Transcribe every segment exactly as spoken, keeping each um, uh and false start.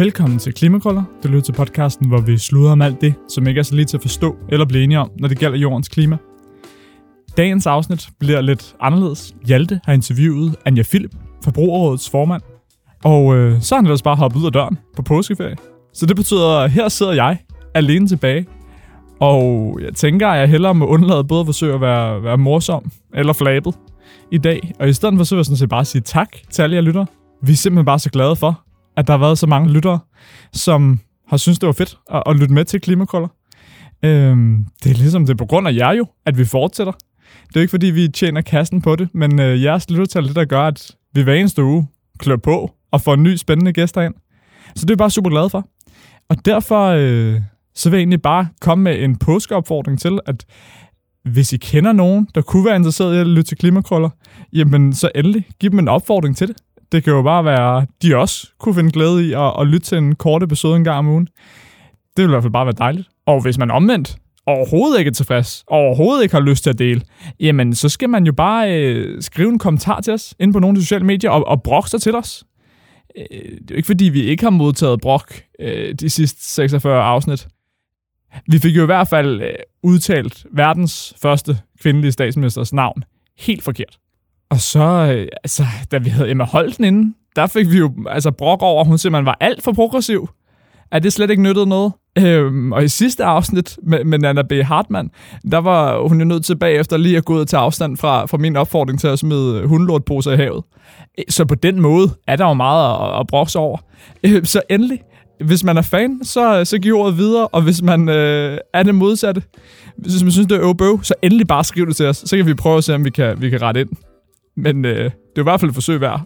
Velkommen til Klimakrøller. Du lytter til podcasten, hvor vi sluder om alt det, som ikke er så lige til at forstå eller blive enige om, når det gælder jordens klima. Dagens afsnit bliver lidt anderledes. Hjalte har interviewet Anja Philip, Forbrugerrådets formand. Og øh, så har han ellers bare hoppet ud af døren på påskeferie. Så det betyder, at her sidder jeg alene tilbage. Og jeg tænker, at jeg hellere må undlade både at forsøge at være, være morsom eller flabet i dag. Og i stedet forsøger jeg sådan set bare at sige tak til alle jer lyttere. Vi er simpelthen bare så glade for, at der har været så mange lyttere, som har syntes, det var fedt at, at lytte med til Klimakrøller. Øhm, det er ligesom det er på grund af jer jo, at vi fortsætter. Det er jo ikke, fordi vi tjener kassen på det, men øh, jeres lyttertal er det, der gør, at vi hver eneste uge klør på og får en ny spændende gæster ind. Så det er jeg bare super glad for. Og derfor øh, så vil jeg egentlig bare komme med en påskeopfordring til, at hvis I kender nogen, der kunne være interesseret i at lytte til Klimakrøller, jamen så endelig giv dem en opfordring til det. Det kan jo bare være, at de også kunne finde glæde i at, at lytte til en kort episode en gang om ugen. Det vil i hvert fald bare være dejligt. Og hvis man omvendt overhovedet ikke er tilfreds, og overhovedet ikke har lyst til at dele, jamen så skal man jo bare øh, skrive en kommentar til os inde på nogle af de sociale medier og, og brokke sig til os. Øh, det er jo ikke fordi, vi ikke har modtaget brok øh, de sidste seksogfyrre afsnit. Vi fik jo i hvert fald øh, udtalt verdens første kvindelige statsministers navn helt forkert. Og så, øh, altså, da vi havde Emma Holten inde, der fik vi jo altså brok over, at hun simpelthen var alt for progressiv. At det slet ikke nyttede noget. Øhm, og i sidste afsnit med, med Nanna B. Hartmann, der var hun jo nødt til bagefter lige at gå ud og tage afstand fra, fra min opfordring til at smide hundelortposer i havet. Så på den måde er der jo meget at, at brokse over. Øh, så endelig, hvis man er fan, så, så giv ordet videre, og hvis man øh, er det modsatte, hvis man synes, det er øvbøv, så endelig bare skriv det til os. Så kan vi prøve at se, om vi kan, vi kan rette ind. Men øh, det er i hvert fald et forsøg værd.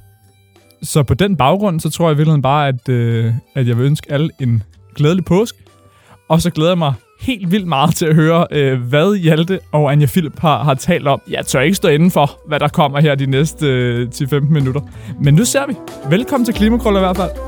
Så på den baggrund, så tror jeg i virkeligheden bare, at, øh, at jeg vil ønske alle en glædelig påske. Og så glæder jeg mig helt vildt meget til at høre, øh, hvad Hjalte og Anja Philip har, har talt om. Jeg tør ikke stå inden for, hvad der kommer her de næste øh, ti til femten minutter. Men nu ser vi. Velkommen til Klimakrøller i hvert fald.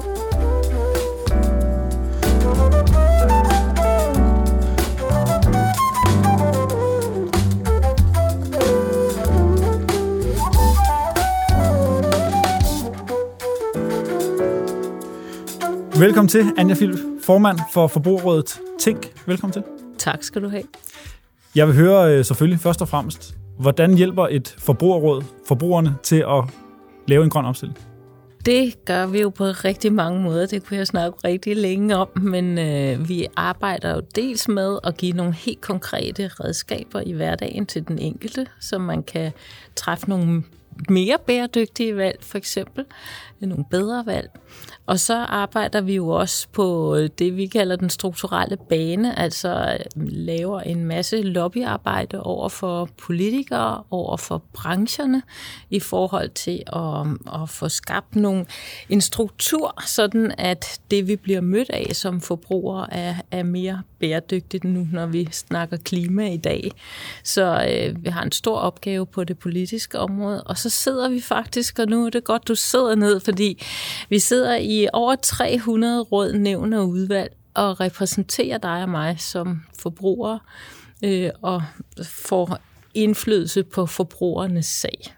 Velkommen til, Anja Philip, formand for Forbrugerrådet Tænk. Velkommen til. Tak skal du have. Jeg vil høre selvfølgelig først og fremmest, hvordan hjælper et forbrugerråd forbrugerne til at lave en grøn omstilling? Det gør vi jo på rigtig mange måder. Det kunne jeg snakke rigtig længe om, men øh, vi arbejder jo dels med at give nogle helt konkrete redskaber i hverdagen til den enkelte, så man kan træffe nogle mere bæredygtige valg, for eksempel, nogle bedre valg. Og så arbejder vi jo også på det, vi kalder den strukturelle bane, altså laver en masse lobbyarbejde over for politikere, over for brancherne, i forhold til at, at få skabt nogle, en struktur, sådan at det, vi bliver mødt af som forbrugere, er, er mere bæredygtigt nu, når vi snakker klima i dag. Så øh, vi har en stor opgave på det politiske område, og så sidder vi faktisk, og nu er det godt, du sidder ned, fordi vi sidder i over tre hundrede råd, nævn og udvalg og repræsenterer dig og mig som forbrugere øh, og får indflydelse på forbrugernes sag.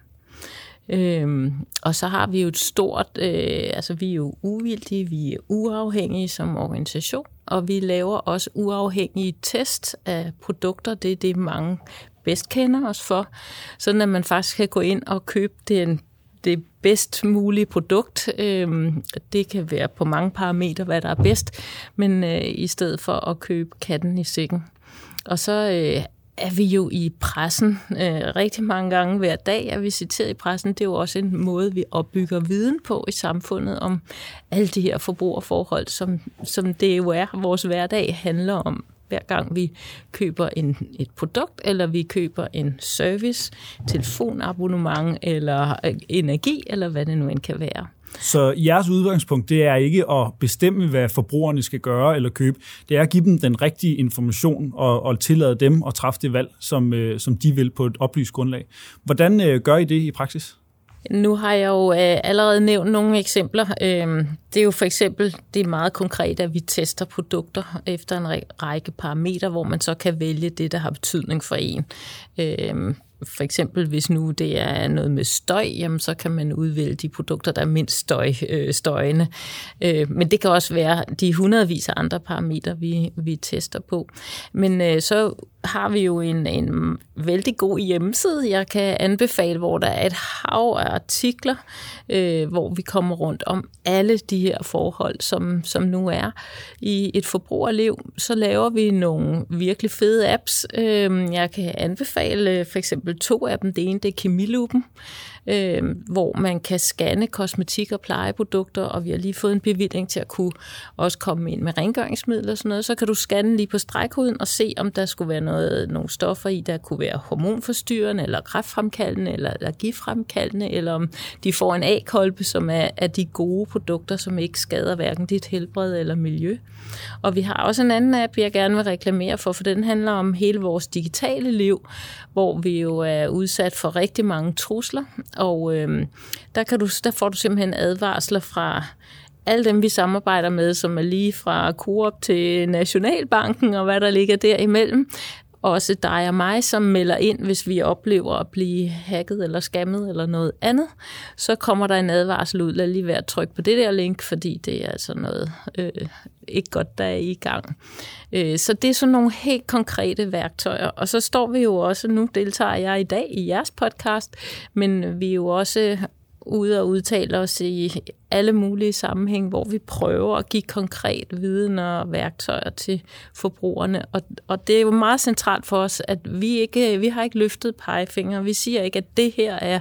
Øhm, og så har vi jo et stort, øh, altså vi er jo uvildige, vi er uafhængige som organisation, og vi laver også uafhængige test af produkter. Det er det, mange bedst kender os for, sådan at man faktisk kan gå ind og købe den det bedst mulige produkt. Det kan være på mange parametre, hvad der er bedst, men i stedet for at købe katten i sækken. Og så er vi jo i pressen rigtig mange gange hver dag, er vi citeret i pressen. Det er jo også en måde, vi opbygger viden på i samfundet om alle de her forbrugerforhold, som, som det jo er, vores hverdag handler om. Hver gang vi køber en, et produkt, eller vi køber en service, telefonabonnement, eller energi, eller hvad det nu end kan være. Så jeres udgangspunkt, det er ikke at bestemme, hvad forbrugerne skal gøre eller købe. Det er at give dem den rigtige information og, og tillade dem at træffe det valg, som, som de vil på et oplyst grundlag. Hvordan gør I det i praksis? Nu har jeg jo øh, allerede nævnt nogle eksempler. Øh, det er jo for eksempel det er meget konkret, at vi tester produkter efter en række parametre, hvor man så kan vælge det, der har betydning for en. Øh, for eksempel hvis nu det er noget med støj, jamen så kan man udvælge de produkter, der er mindst støj, øh, støjende. Øh, men det kan også være de hundredvis af andre parametre, vi, vi tester på. Men øh, så har vi jo en, en vældig god hjemmeside, jeg kan anbefale, hvor der er et hav af artikler, øh, hvor vi kommer rundt om alle de her forhold, som, som nu er i et forbrugerliv. Så laver vi nogle virkelig fede apps. Øh, jeg kan anbefale for eksempel to af dem. Det ene, det er Kemilupen, øh, hvor man kan scanne kosmetik- og plejeprodukter, og vi har lige fået en bevilling til at kunne også komme ind med rengøringsmidler og sådan noget. Så kan du scanne lige på stregkoden og se, om der skulle være noget, nogle stoffer i, der kunne være hormonforstyrrende, eller kræftfremkaldende, eller allergifremkaldende, eller om de får en A-kolbe, som er af de gode produkter, som ikke skader hverken dit helbred eller miljø. Og vi har også en anden app, jeg gerne vil reklamere for, for den handler om hele vores digitale liv, hvor vi jo er udsat for rigtig mange trusler, og øh, der, kan du, der får du simpelthen advarsler fra alle dem, vi samarbejder med, som er lige fra Coop til Nationalbanken og hvad der ligger derimellem. Også dig og mig, som melder ind, hvis vi oplever at blive hacket eller skammet eller noget andet. Så kommer der en advarsel ud, lad lige være at trykke på det der link, fordi det er altså noget øh, ikke godt, der er i gang. Øh, så det er sådan nogle helt konkrete værktøjer. Og så står vi jo også, nu deltager jeg i dag i jeres podcast, men vi er jo også ude og udtale os i alle mulige sammenhæng, hvor vi prøver at give konkret viden og værktøjer til forbrugerne. Og, og det er jo meget centralt for os, at vi ikke vi har ikke løftet pegefinger. Vi siger ikke, at det her er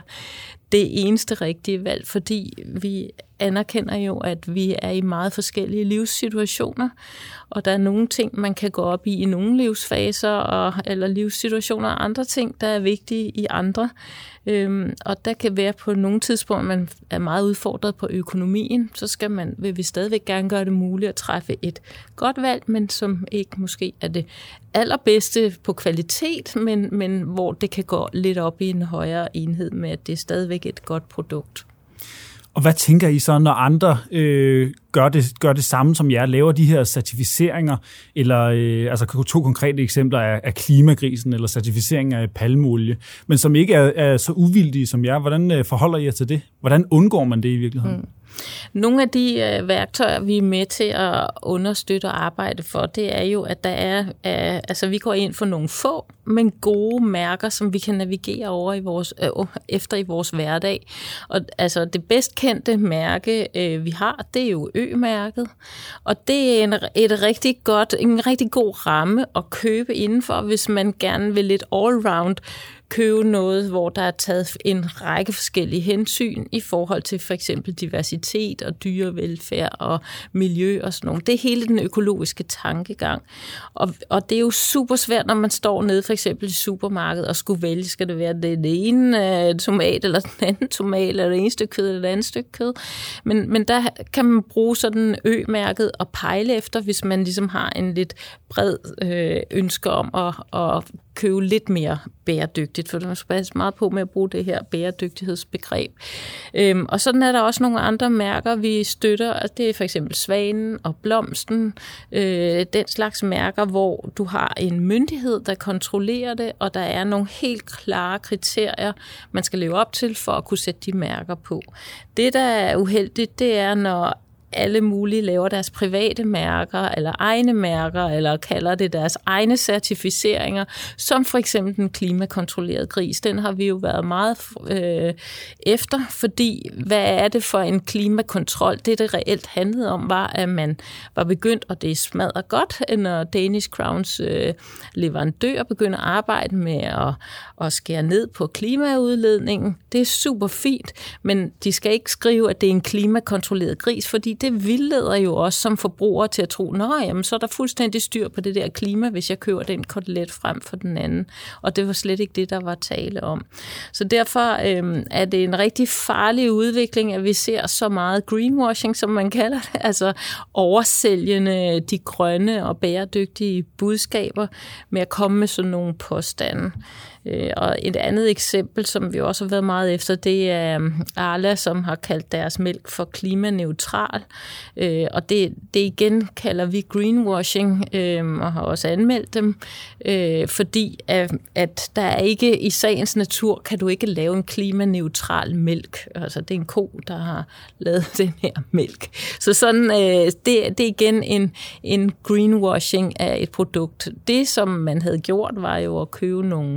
det eneste rigtige valg, fordi vi anerkender jo, at vi er i meget forskellige livssituationer, og der er nogle ting, man kan gå op i i nogle livsfaser, og, eller livssituationer, og andre ting, der er vigtige i andre. Øhm, og der kan være på nogle tidspunkter, man er meget udfordret på økonomien, så skal man, vil vi stadigvæk gerne gøre det muligt at træffe et godt valg, men som ikke måske er det allerbedste på kvalitet, men, men hvor det kan gå lidt op i en højere enhed med, at det er stadigvæk et godt produkt. Og hvad tænker I så, når andre øh, gør, det, gør det samme som jer, laver de her certificeringer, eller øh, altså to konkrete eksempler af, af klimagrisen, eller certificering af palmeolie, men som ikke er, er så uvildige som jer? Hvordan øh, forholder I jer til det? Hvordan undgår man det i virkeligheden? Mm. Nogle af de øh, værktøjer, vi er med til at understøtte og arbejde for, det er jo, at der er, øh, altså vi går ind for nogle få, men gode mærker, som vi kan navigere over i vores, øh, efter i vores hverdag. Og altså det bedst kendte mærke, øh, vi har, det er jo Ø-mærket. Og det er en, et rigtig godt, en rigtig god ramme at købe indenfor, hvis man gerne vil lidt all-round købe noget, hvor der er taget en række forskellige hensyn i forhold til for eksempel diversitet og dyrevelfærd og miljø og sådan noget. Det er hele den økologiske tankegang. Og, og det er jo super svært, når man står nede for eksempel i supermarkedet og skulle vælge, skal det være det, det ene uh, tomat eller den anden tomat, eller det ene stykke kød eller det andet stykke kød. Men, men der kan man bruge sådan Ø-mærket og pejle efter, hvis man ligesom har en lidt bred øh, ønske om at, at købe lidt mere bæredygtigt, for man skal passe meget på med at bruge det her bæredygtighedsbegreb. Øhm, og sådan er der også nogle andre mærker, vi støtter, og det er for eksempel Svanen og Blomsten, øh, den slags mærker, hvor du har en myndighed, der kontrollerer det, og der er nogle helt klare kriterier, man skal leve op til for at kunne sætte de mærker på. Det, der er uheldigt, det er, når alle mulige laver deres private mærker, eller egne mærker, eller kalder det deres egne certificeringer, som for eksempel den klimakontrollerede gris. Den har vi jo været meget øh, efter, fordi hvad er det for en klimakontrol? Det, det reelt handlede om, var, at man var begyndt, og det smadrer godt, når Danish Crowns øh, leverandør begynder at arbejde med at, at skære ned på klimaudledningen. Det er super fint, men de skal ikke skrive, at det er en klimakontrolleret gris, fordi det vildleder jo også som forbruger til at tro, nå, jamen, så er der fuldstændig styr på det der klima, hvis jeg køber den kotelet frem for den anden. Og det var slet ikke det, der var tale om. Så derfor øhm, er det en rigtig farlig udvikling, at vi ser så meget greenwashing, som man kalder det, altså oversælgende de grønne og bæredygtige budskaber med at komme med sådan nogle påstande. Og et andet eksempel, som vi også har været meget efter, det er Arla, som har kaldt deres mælk for klimaneutral. Øh, og det, det igen kalder vi greenwashing, øh, og har også anmeldt dem, øh, fordi at, at der er ikke i sagens natur, kan du ikke lave en klimaneutral mælk. Altså det er en ko, der har lavet den her mælk. Så sådan, øh, det, det er igen en, en greenwashing af et produkt. Det, som man havde gjort, var jo at købe nogle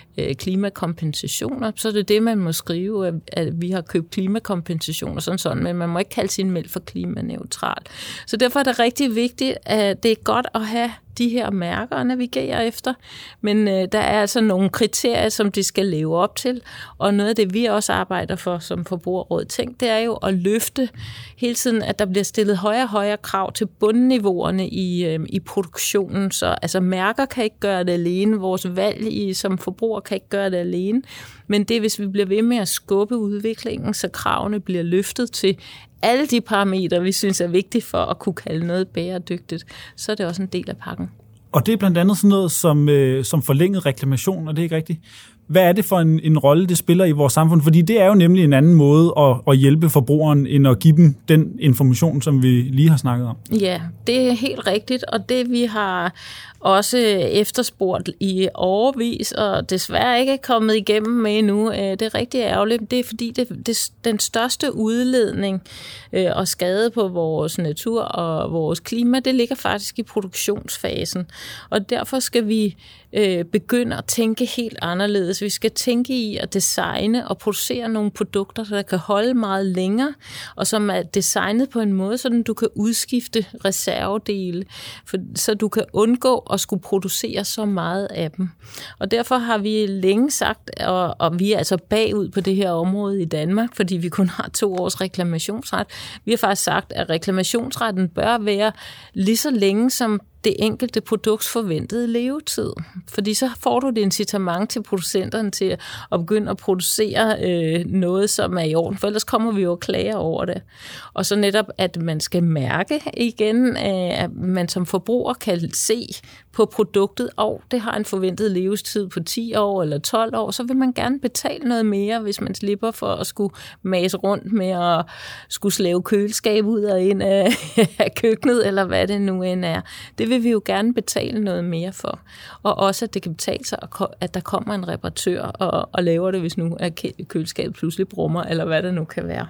klimakompensationer, så er det det, man må skrive, at vi har købt klimakompensationer, sådan sådan, men man må ikke kalde sin mælk for klimaneutral. Så derfor er det rigtig vigtigt, at det er godt at have de her mærker at navigere efter, men øh, der er altså nogle kriterier, som de skal leve op til, og noget af det, vi også arbejder for som Forbrugerrådet Tænk, det er jo at løfte hele tiden, at der bliver stillet højere og højere krav til bundniveauerne i, øh, i produktionen, så altså mærker kan ikke gøre det alene, vores valg i, som forbruger kan ikke gøre det alene, men det er, hvis vi bliver ved med at skubbe udviklingen, så kravene bliver løftet til alle de parametre, vi synes er vigtige for at kunne kalde noget bæredygtigt, så er det også en del af pakken. Og det er blandt andet sådan noget som, øh, som forlænget reklamation, og det er ikke rigtigt. Hvad er det for en, en rolle, det spiller i vores samfund? Fordi det er jo nemlig en anden måde at, at hjælpe forbrugeren, end at give dem den information, som vi lige har snakket om. Ja, det er helt rigtigt, og det vi har også efterspurgt i årevis, og desværre ikke er kommet igennem med endnu. Det er rigtig ærgerligt. Det er fordi, det, det, den største udledning øh, og skade på vores natur og vores klima, det ligger faktisk i produktionsfasen. Og derfor skal vi øh, begynde at tænke helt anderledes. Vi skal tænke i at designe og producere nogle produkter, der kan holde meget længere, og som er designet på en måde, så du kan udskifte reservedele, for, så du kan undgå at skulle producere så meget af dem. Og derfor har vi længe sagt, og, og vi er altså bagud på det her område i Danmark, fordi vi kun har to års reklamationsret. Vi har faktisk sagt, at reklamationsretten bør være lige så længe som det enkelte produkts forventede levetid. Fordi så får du et incitament til producenterne til at begynde at producere øh, noget, som er i orden, for ellers kommer vi jo og klager over det. Og så netop, at man skal mærke igen, øh, at man som forbruger kan se på produktet, og det har en forventet levetid på ti år eller tolv år, så vil man gerne betale noget mere, hvis man slipper for at skulle mase rundt med at skulle slæve køleskab ud og ind af, af køkkenet, eller hvad det nu end er. Det vil vi jo gerne betale noget mere for. Og også, at det kan betale sig, at der kommer en reparatør og, og laver det, hvis nu køleskabet pludselig brummer, eller hvad det nu kan være.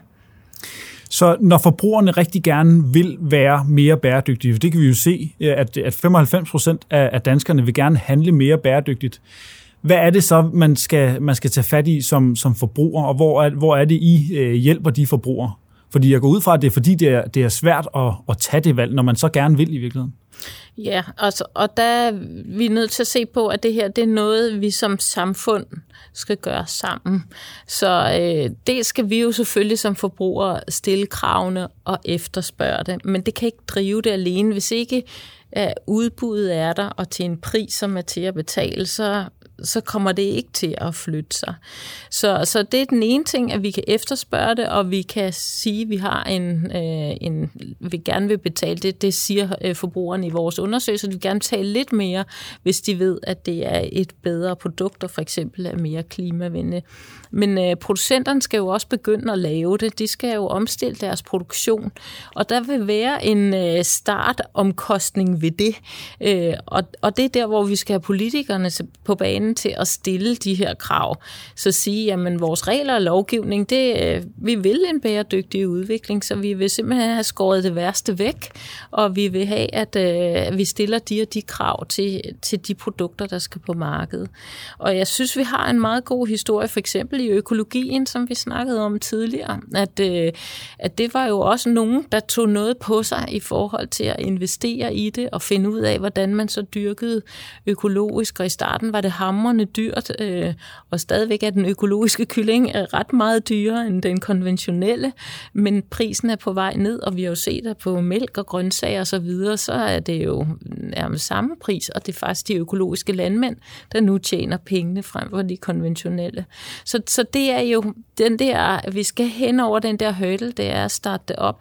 Så når forbrugerne rigtig gerne vil være mere bæredygtige, det kan vi jo se, at, at femoghalvfems procent af danskerne vil gerne handle mere bæredygtigt. Hvad er det så, man skal, man skal tage fat i som, som forbruger, og hvor er, hvor er det, I øh, hjælper de forbrugere? Fordi jeg går ud fra, at det er fordi, det er, det er svært at, at tage det valg, når man så gerne vil i virkeligheden. Ja, altså, og der er vi nødt til at se på, at det her det er noget, vi som samfund skal gøre sammen. Så øh, det skal vi jo selvfølgelig som forbrugere stille kravene og efterspørge det, men det kan ikke drive det alene. Hvis ikke øh, udbuddet er der, og til en pris, som er til at betale, så så kommer det ikke til at flytte sig. Så, så det er den ene ting, at vi kan efterspørge det, og vi kan sige, at vi har en, øh, en vi gerne vil betale det. Det siger øh, forbrugerne i vores undersøgelser, at vi gerne betale lidt mere, hvis de ved, at det er et bedre produkt, og for eksempel er mere klimavenligt. Men øh, producenterne skal jo også begynde at lave det. De skal jo omstille deres produktion, og der vil være en øh, startomkostning ved det. Øh, og, og det er der, hvor vi skal have politikerne på banen til at stille de her krav. Så sige, jamen vores regler og lovgivning, det, øh, vi vil en bæredygtig udvikling, så vi vil simpelthen have skåret det værste væk, og vi vil have, at øh, vi stiller de og de krav til, til de produkter, der skal på markedet. Og jeg synes, vi har en meget god historie, for eksempel i økologien, som vi snakkede om tidligere, at, øh, at det var jo også nogen, der tog noget på sig i forhold til at investere i det og finde ud af, hvordan man så dyrkede økologisk, og i starten var det hamrende dyrt, øh, og stadigvæk er den økologiske kylling ret meget dyrere end den konventionelle, men prisen er på vej ned, og vi har jo set, at på mælk og grøntsager og så videre, så er det jo nærmest samme pris, og det er faktisk de økologiske landmænd, der nu tjener pengene frem for de konventionelle. Så, så det er jo den der, vi skal hen over den der hurdle, det er at starte det op.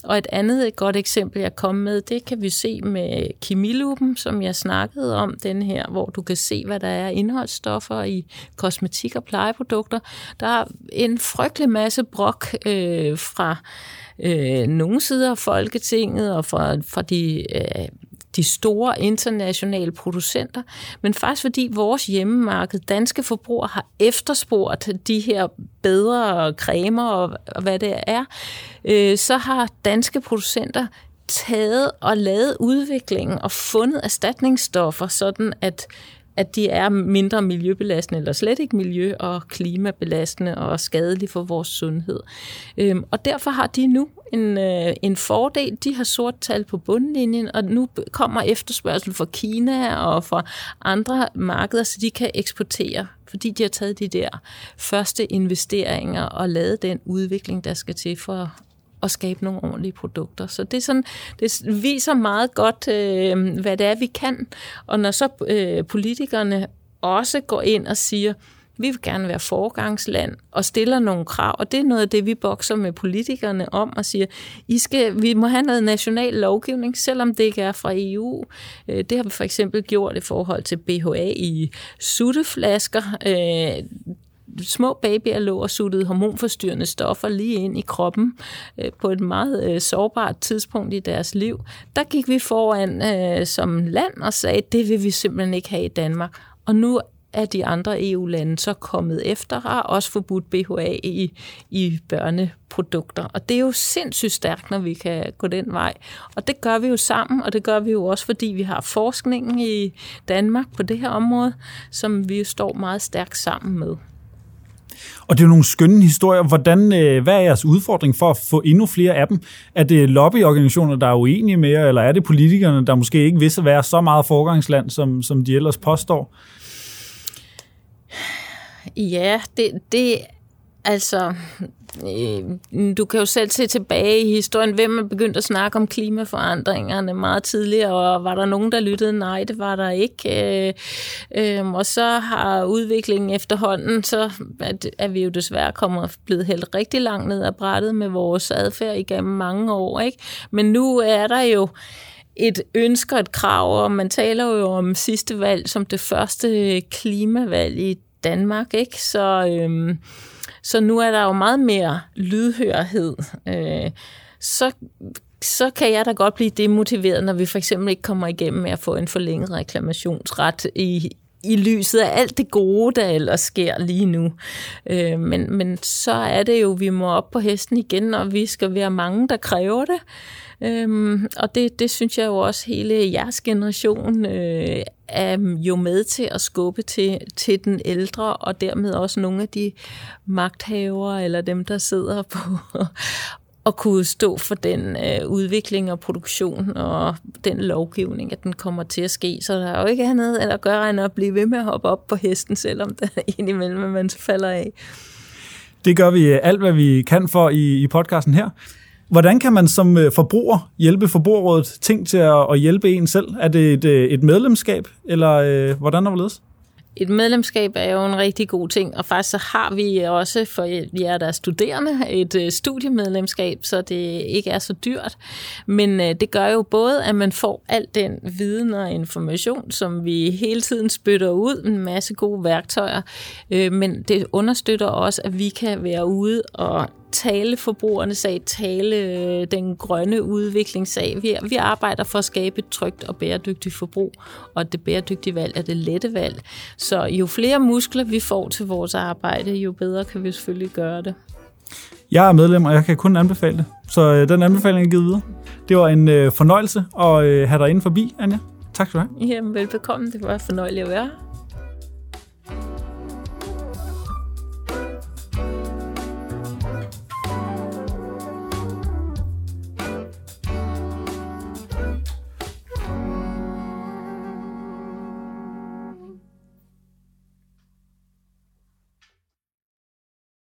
Og et andet et godt eksempel, jeg kom med, det kan vi se med Kemilupen, som jeg snakkede om, den her, hvor du kan se, hvad der er indholdsstoffer i kosmetik og plejeprodukter. Der er en frygtelig masse brok øh, fra øh, nogle sider af Folketinget og fra, fra de... Øh, de store internationale producenter, men faktisk fordi vores hjemmemarked, danske forbrugere, har efterspurgt de her bedre cremer og, og hvad det er, øh, så har danske producenter taget og lavet udviklingen og fundet erstatningsstoffer, sådan at at de er mindre miljøbelastende, eller slet ikke miljø- og klimabelastende og skadelige for vores sundhed. Øhm, og derfor har de nu en, øh, en fordel. De har sort tal på bundlinjen, og nu kommer efterspørgsel fra Kina og fra andre markeder, så de kan eksportere, fordi de har taget de der første investeringer og lavet den udvikling, der skal til for at skabe nogle ordentlige produkter. Så det, er sådan, det viser meget godt, øh, hvad det er, vi kan. Og når så øh, politikerne også går ind og siger, vi vil gerne være foregangsland og stiller nogle krav, og det er noget af det, vi bokser med politikerne om og siger, I skal, vi må have noget national lovgivning, selvom det ikke er fra E U. Det har vi for eksempel gjort i forhold til B H A i sutteflasker. Små babyer lå og suttede hormonforstyrrende stoffer lige ind i kroppen øh, på et meget øh, sårbart tidspunkt i deres liv. Der gik vi foran øh, som land og sagde, det vil vi simpelthen ikke have i Danmark. Og nu er de andre E U-lande så kommet efter, har også forbudt B H A i, i børneprodukter. Og det er jo sindssygt stærkt, når vi kan gå den vej. Og det gør vi jo sammen, og det gør vi jo også, fordi vi har forskningen i Danmark på det her område, som vi jo står meget stærkt sammen med. Og det er jo nogle skønne historier. Hvordan, hvad er jeres udfordring for at få endnu flere af dem? Er det lobbyorganisationer, der er uenige med jer, eller er det politikerne, der måske ikke vil være så meget forgangsland, som, som de ellers påstår? Ja, det, det altså... Du kan jo selv se tilbage i historien, hvem er begyndt at snakke om klimaforandringerne meget tidligere, og var der nogen, der lyttede? Nej, det var der ikke. Og så har udviklingen efterhånden, så er vi jo desværre kommet blevet helt rigtig langt ned ad brættet med vores adfærd igennem mange år, ikke? Men nu er der jo et ønske og et krav, og man taler jo om sidste valg som det første klimavalg i Danmark, ikke? Så... Øhm, Så nu er der jo meget mere lydhørhed. Så, så kan jeg da godt blive demotiveret, når vi for eksempel ikke kommer igennem med at få en forlænget reklamationsret i, i lyset af alt det gode, der ellers sker lige nu. Men, men så er det jo, vi må op på hesten igen, og vi skal være mange, der kræver det. Øhm, og det, det synes jeg jo også hele jeres generation øh, er jo med til at skubbe til, til den ældre, og dermed også nogle af de magthavere, eller dem, der sidder på at kunne stå for den øh, udvikling og produktion og den lovgivning, at den kommer til at ske. Så der er jo ikke andet at gøre, end at blive ved med at hoppe op på hesten, selvom der er indimellem, at man falder af. Det gør vi alt, hvad vi kan for i, i podcasten her. Hvordan kan man som forbruger hjælpe Forbrugerrådet Tænk til at, at hjælpe en selv? Er det et, et medlemskab, eller øh, hvordan er det ledes? Et medlemskab er jo en rigtig god ting, og faktisk så har vi også for jer, der er studerende, et studiemedlemskab, så det ikke er så dyrt. Men det gør jo både, at man får al den viden og information, som vi hele tiden spytter ud, en masse gode værktøjer, men det understøtter også, at vi kan være ude og tale forbrugernes sag, tale den grønne udviklingssag. Vi, vi arbejder for at skabe et trygt og bæredygtigt forbrug, og det bæredygtige valg er det lette valg. Så jo flere muskler vi får til vores arbejde, jo bedre kan vi selvfølgelig gøre det. Jeg er medlem, og jeg kan kun anbefale det. Så øh, den anbefaling er givet videre. Det var en øh, fornøjelse at øh, have dig inde forbi, Anja. Tak skal du have. Jamen, velbekomme. Det var fornøjeligt at være.